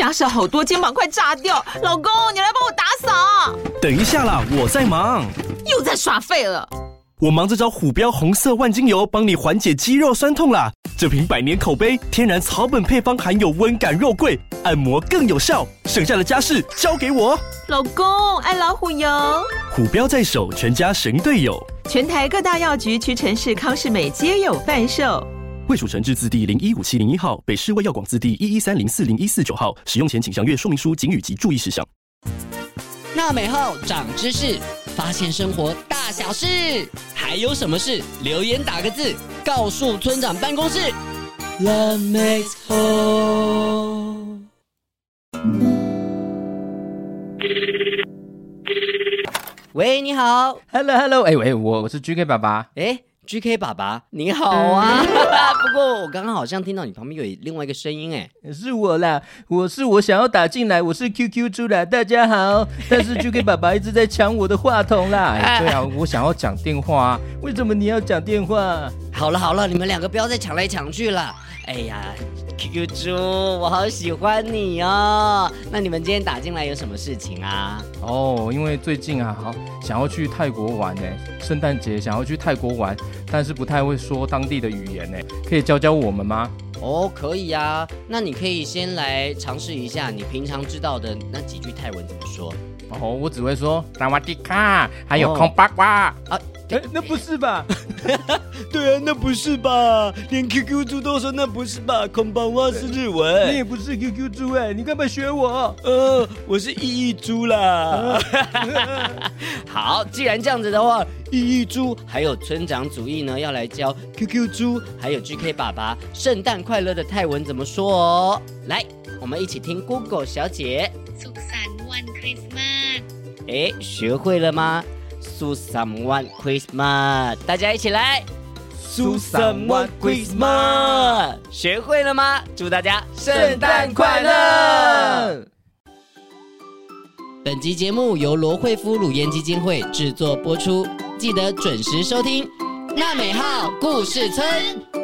家事好多，肩膀快炸掉。老公，你来帮我打扫。 等一下啦，我在忙。 又在耍废了。 我忙着找虎标红色万金油，帮你缓解肌肉酸痛啦。这瓶100年口碑，天然草本配方，含有温感肉桂，按摩更有效。剩下的家事交给我。 老公，爱老虎油。 虎标在手，全家神队友。 全台各大药局、屈臣氏、康是美皆有贩售。 卫署成字字第015701号，北市卫药广字第113040149号。使用前请详阅说明书、警语及注意事项。 娜美号长知识，发现生活大小事，还有什么事？留言打个字，告诉村长办公室。Love makes whole。喂，你好。 Hello， 喂，我是 GK 爸爸。 GK 爸爸，你好啊！不过我刚刚好像听到你旁边有另外一个声音， 是我啦，我想要打进来，我是 QQ 猪啦，大家好。但是 GK 爸爸一直在抢我的话筒啦。对啊，我想要讲电话啊，为什么你要讲电话？ 好了，你们两个不要再抢来抢去了。哎呀 ，QQ 猪，我好喜欢你哦。那你们今天打进来有什么事情啊？ 因为最近啊，想要去泰国玩圣诞节想要去泰国玩，但是不太会说当地的语言可以教我们吗？ 可以啊。那你可以先来尝试一下你平常知道的那几句泰文怎么说。 我只会说萨瓦迪卡，还有空巴瓜啊。那不是吧？ 对啊，那不是吧？连 QQ 猪都说那不是吧？空巴哇是日文。 你也不是 QQ 猪你干嘛学我？ 我是意义猪啦。好，既然这样子的话，意义猪还有村长主义呢，要来教 QQ 猪还有 GK 爸爸圣诞快乐的泰文怎么说哦。来，我们一起听 Google 小姐。 สุขสันต์วันคริสต์มาส。 学会了吗？Susamuan Christmas， 大家一起来 Susamuan Christmas， 学会了吗？祝大家圣诞快乐！本集节目由罗慧夫乳业基金会制作播出，记得准时收听。娜美号故事村。